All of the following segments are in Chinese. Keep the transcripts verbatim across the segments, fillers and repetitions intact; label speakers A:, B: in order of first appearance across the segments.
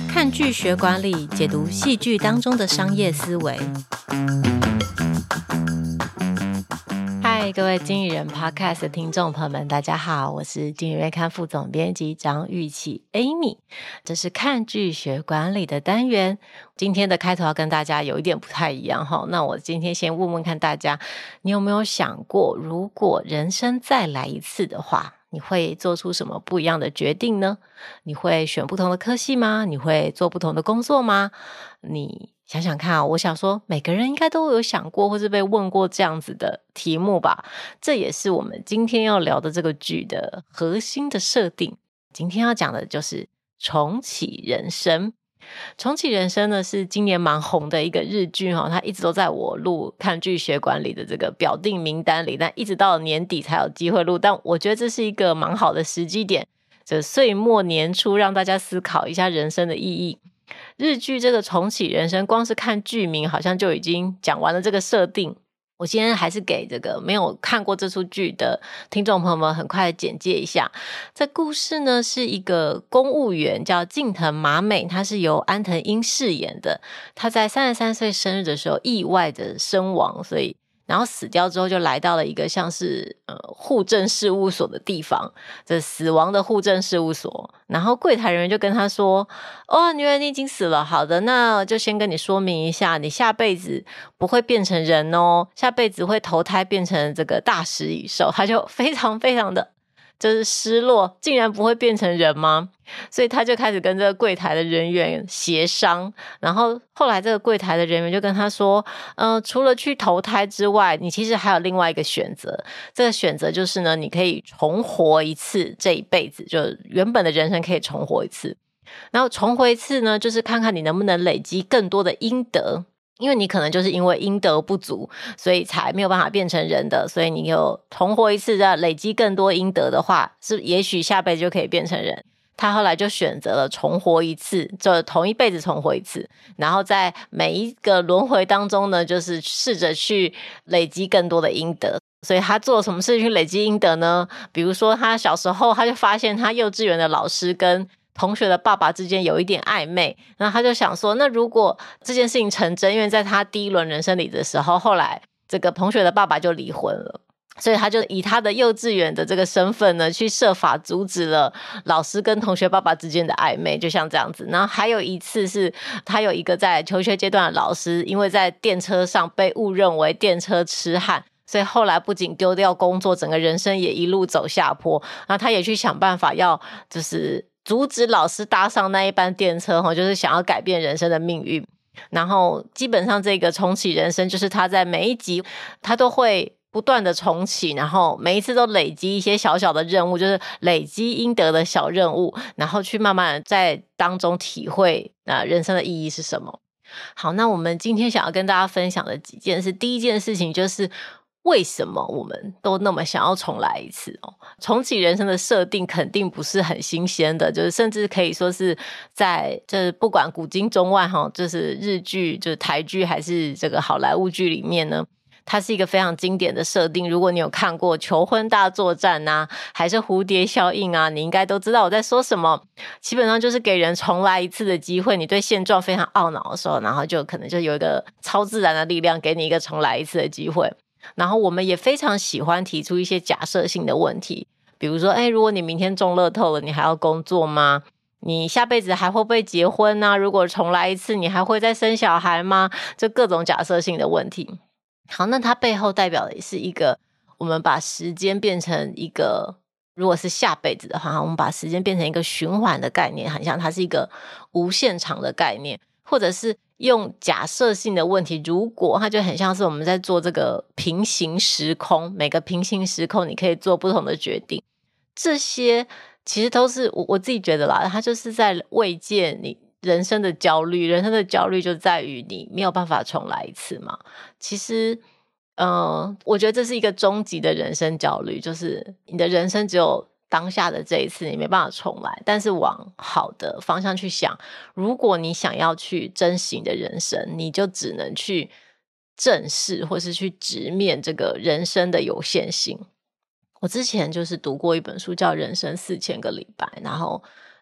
A: 看剧学管理，解读戏剧当中的商业思维。嗨，各位经理人 Podcast 的听众朋友们，大家好，我是经理月刊副总编辑张玉琪 Amy， 这是看剧学管理的单元。今天的开头要跟大家有一点不太一样哈，那我今天先问问看大家，你有没有想过，如果人生再来一次的话，你会做出什么不一样的决定呢？你会选不同的科系吗？你会做不同的工作吗？你想想看啊，我想说每个人应该都有想过或是被问过这样子的题目吧。这也是我们今天要聊的这个剧的核心的设定。今天要讲的就是重启人生。重启人生呢是今年蛮红的一个日剧哦，它一直都在我录看剧学管理的这个表定名单里，但一直到年底才有机会录，但我觉得这是一个蛮好的时机点，就岁末年初让大家思考一下人生的意义。日剧这个重启人生，光是看剧名好像就已经讲完了这个设定。我今天还是给这个没有看过这出剧的听众朋友们很快的简介一下。这故事呢是一个公务员叫近藤麻美，她是由安藤樱饰演的。她在三十三岁生日的时候意外的身亡，所以然后死掉之后就来到了一个像是呃户政事务所的地方，这死亡的户政事务所。然后柜台人员就跟他说，哦，原来你已经死了，好的，那就先跟你说明一下，你下辈子不会变成人哦，下辈子会投胎变成这个大食蚁兽。他就非常非常的就是失落，竟然不会变成人吗？所以他就开始跟这个柜台的人员协商，然后后来这个柜台的人员就跟他说，呃，除了去投胎之外，你其实还有另外一个选择，这个选择就是呢，你可以重活一次，这一辈子就原本的人生可以重活一次，然后重活一次呢，就是看看你能不能累积更多的阴德。因为你可能就是因为阴德不足，所以才没有办法变成人的，所以你有重活一次的累积更多阴德的话，是也许下辈子就可以变成人。他后来就选择了重活一次，就同一辈子重活一次，然后在每一个轮回当中呢，就是试着去累积更多的阴德。所以他做了什么事情去累积阴德呢？比如说他小时候他就发现他幼稚园的老师跟同学的爸爸之间有一点暧昧，然后他就想说，那如果这件事情成真，因为在他第一轮人生里的时候，后来这个同学的爸爸就离婚了，所以他就以他的幼稚园的这个身份呢，去设法阻止了老师跟同学爸爸之间的暧昧，就像这样子。然后还有一次是他有一个在求学阶段的老师，因为在电车上被误认为电车痴汉，所以后来不仅丢掉工作，整个人生也一路走下坡。然后他也去想办法要就是阻止老师搭上那一班电车，就是想要改变人生的命运。然后基本上这个重启人生就是他在每一集他都会不断的重启，然后每一次都累积一些小小的任务，就是累积阴德的小任务，然后去慢慢的在当中体会、呃、人生的意义是什么。好，那我们今天想要跟大家分享的几件事，第一件事情就是为什么我们都那么想要重来一次哦？重启人生的设定肯定不是很新鲜的，就是甚至可以说是在就是不管古今中外哈，就是日剧、就是台剧还是这个好莱坞剧里面呢，它是一个非常经典的设定。如果你有看过《求婚大作战》啊，还是蝴蝶效应啊，你应该都知道我在说什么。基本上就是给人重来一次的机会，你对现状非常懊恼的时候，然后就可能就有一个超自然的力量给你一个重来一次的机会。然后我们也非常喜欢提出一些假设性的问题，比如说，哎，如果你明天中乐透了，你还要工作吗？你下辈子还会不会结婚啊？如果重来一次，你还会再生小孩吗？就各种假设性的问题。好，那它背后代表的也是一个，我们把时间变成一个，如果是下辈子的话，我们把时间变成一个循环的概念，很像它是一个无限长的概念，或者是用假设性的问题，如果它就很像是我们在做这个平行时空，每个平行时空你可以做不同的决定，这些其实都是 我, 我自己觉得啦，它就是在慰藉你人生的焦虑。人生的焦虑就在于你没有办法重来一次嘛。其实呃，我觉得这是一个终极的人生焦虑，就是你的人生只有当下的这一次，你没办法重来。但是往好的方向去想，如果你想要去珍惜你的人生，你就只能去正视或是去直面这个人生的有限性。我之前就是读过一本书叫《人生四千个礼拜》，然后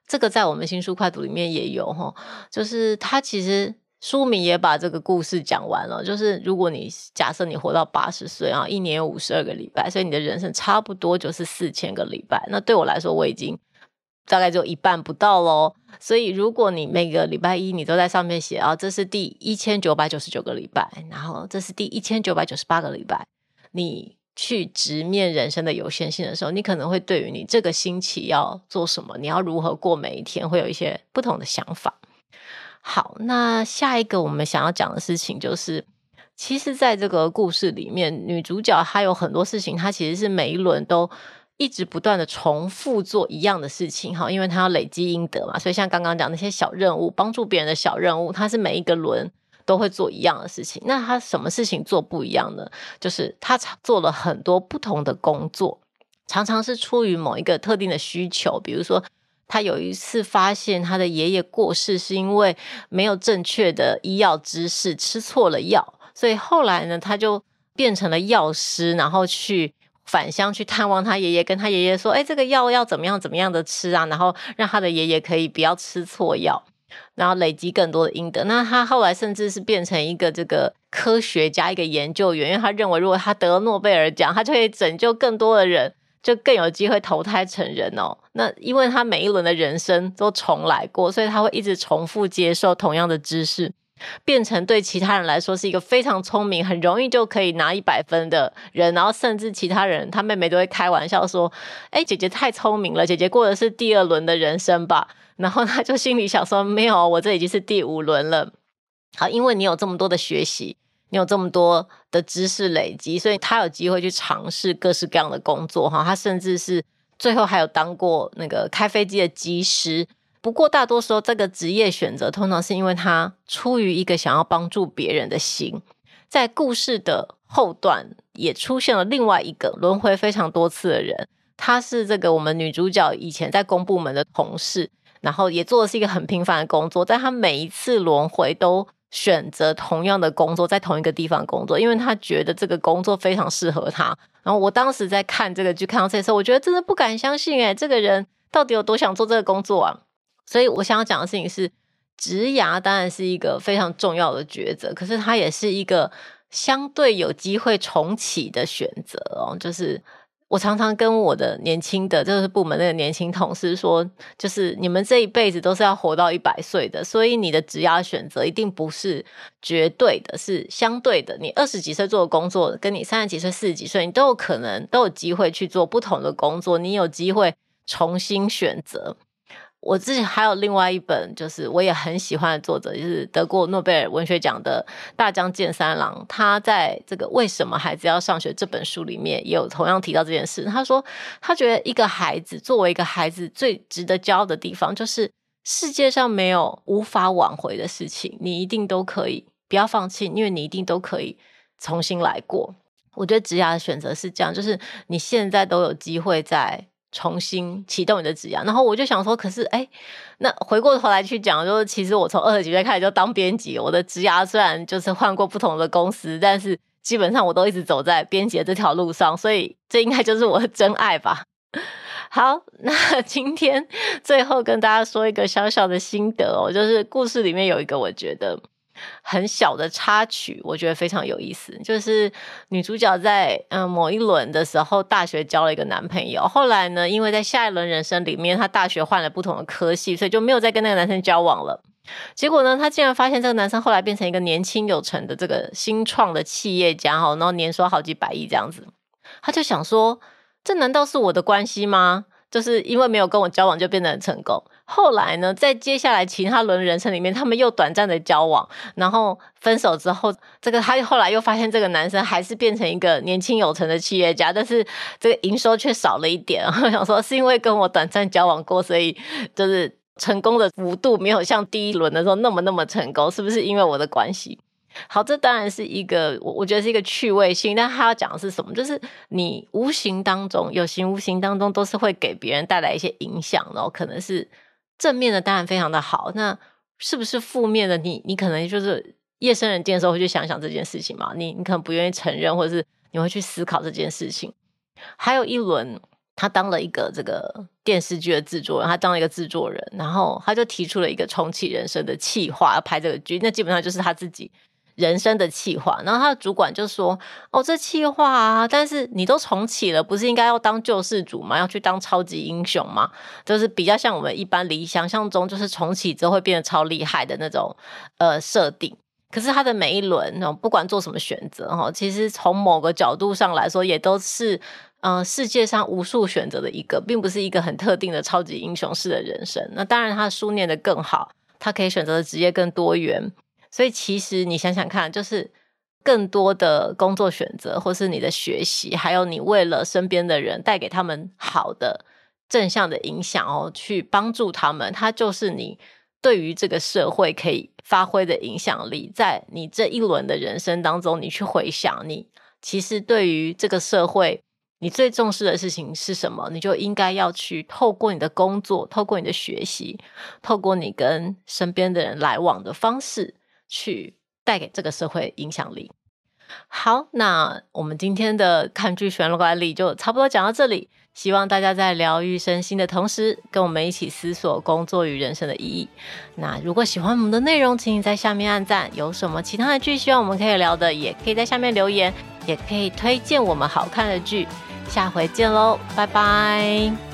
A: 这个在我们新书快读里面也有齁，就是他其实书名也把这个故事讲完了，就是如果你假设你活到八十岁啊，一年有五十二个礼拜，所以你的人生差不多就是四千个礼拜。那对我来说我已经大概只有一半不到咯，所以如果你每个礼拜一你都在上面写啊，这是第一千九百九十九个礼拜，然后这是第一千九百九十八个礼拜，你去直面人生的有限性的时候，你可能会对于你这个星期要做什么，你要如何过每一天，会有一些不同的想法。好，那下一个我们想要讲的事情就是，其实在这个故事里面，女主角她有很多事情，她其实是每一轮都一直不断的重复做一样的事情，因为她要累积阴德嘛，所以像刚刚讲那些小任务，帮助别人的小任务，她是每一个轮都会做一样的事情。那她什么事情做不一样呢？就是她做了很多不同的工作，常常是出于某一个特定的需求，比如说他有一次发现他的爷爷过世是因为没有正确的医药知识，吃错了药，所以后来呢他就变成了药师，然后去返乡去探望他爷爷，跟他爷爷说诶这个药要怎么样怎么样的吃啊，然后让他的爷爷可以不要吃错药，然后累积更多的阴德。那他后来甚至是变成一个这个科学家，一个研究员，因为他认为如果他得了诺贝尔奖，他就可以拯救更多的人，就更有机会投胎成人哦。那因为他每一轮的人生都重来过，所以他会一直重复接受同样的知识，变成对其他人来说是一个非常聪明，很容易就可以拿一百分的人，然后甚至其他人他妹妹都会开玩笑说诶姐姐太聪明了，姐姐过的是第二轮的人生吧，然后他就心里想说没有，我这已经是第五轮了。好，因为你有这么多的学习，你有这么多的知识累积，所以他有机会去尝试各式各样的工作，他甚至是最后还有当过那个开飞机的机师。不过大多时候这个职业选择通常是因为他出于一个想要帮助别人的心。在故事的后段也出现了另外一个轮回非常多次的人，他是这个我们女主角以前在公部门的同事，然后也做的是一个很平凡的工作，但他每一次轮回都选择同样的工作，在同一个地方工作，因为他觉得这个工作非常适合他。然后我当时在看这个剧看到这时候，我觉得真的不敢相信耶，这个人到底有多想做这个工作啊。所以我想要讲的事情是，职涯当然是一个非常重要的抉择，可是它也是一个相对有机会重启的选择哦。就是我常常跟我的年轻的就是部门那个年轻同事说，就是你们这一辈子都是要活到一百岁的，所以你的职业选择一定不是绝对的，是相对的。你二十几岁做的工作跟你三十几岁四十几岁你都有可能都有机会去做不同的工作，你有机会重新选择。我之前还有另外一本就是我也很喜欢的作者，就是得过诺贝尔文学奖的大江健三郎，他在这个为什么孩子要上学这本书里面也有同样提到这件事。他说他觉得一个孩子作为一个孩子最值得骄傲的地方就是世界上没有无法挽回的事情，你一定都可以，不要放弃，因为你一定都可以重新来过。我觉得职涯的选择是这样，就是你现在都有机会在重新启动你的职涯。然后我就想说可是诶那回过头来去讲，就是其实我从二十几岁开始就当编辑，我的职涯虽然就是换过不同的公司，但是基本上我都一直走在编辑的这条路上，所以这应该就是我的真爱吧。好，那今天最后跟大家说一个小小的心得哦，就是故事里面有一个我觉得很小的插曲，我觉得非常有意思。就是女主角在、呃、某一轮的时候大学交了一个男朋友，后来呢因为在下一轮人生里面她大学换了不同的科系，所以就没有再跟那个男生交往了。结果呢她竟然发现这个男生后来变成一个年轻有成的这个新创的企业家，然后年收好几百亿这样子。她就想说这难道是我的关系吗？就是因为没有跟我交往就变得很成功。后来呢在接下来其他轮人生里面他们又短暂的交往，然后分手之后这个他后来又发现这个男生还是变成一个年轻有成的企业家，但是这个营收却少了一点。我想说是因为跟我短暂交往过，所以就是成功的幅度没有像第一轮的时候那么那么成功，是不是因为我的关系？好，这当然是一个我觉得是一个趣味性，但他要讲的是什么，就是你无形当中有形无形当中都是会给别人带来一些影响，然后可能是正面的当然非常的好，那是不是负面的你你可能就是夜深人静的时候会去想想这件事情嘛，你你可能不愿意承认，或者是你会去思考这件事情。还有一轮他当了一个这个电视剧的制作人，他当了一个制作人，然后他就提出了一个重启人生的企划，要拍这个剧，那基本上就是他自己人生的企划。然后他的主管就说，哦，这企划啊，但是你都重启了，不是应该要当救世主吗？要去当超级英雄吗？就是比较像我们一般理想象中就是重启之后会变得超厉害的那种呃设定。可是他的每一轮不管做什么选择，其实从某个角度上来说也都是呃，世界上无数选择的一个，并不是一个很特定的超级英雄式的人生。那当然他的书念得更好，他可以选择的职业更多元，所以其实你想想看，就是更多的工作选择，或是你的学习，还有你为了身边的人带给他们好的正向的影响哦，去帮助他们，它就是你对于这个社会可以发挥的影响力。在你这一轮的人生当中，你去回想，你其实对于这个社会你最重视的事情是什么，你就应该要去透过你的工作，透过你的学习，透过你跟身边的人来往的方式，去带给这个社会影响力。好，那我们今天的看剧学管理就差不多讲到这里，希望大家在疗愈身心的同时，跟我们一起思索工作与人生的意义。那如果喜欢我们的内容，请你在下面按赞，有什么其他的剧希望我们可以聊的，也可以在下面留言，也可以推荐我们好看的剧。下回见咯，拜拜。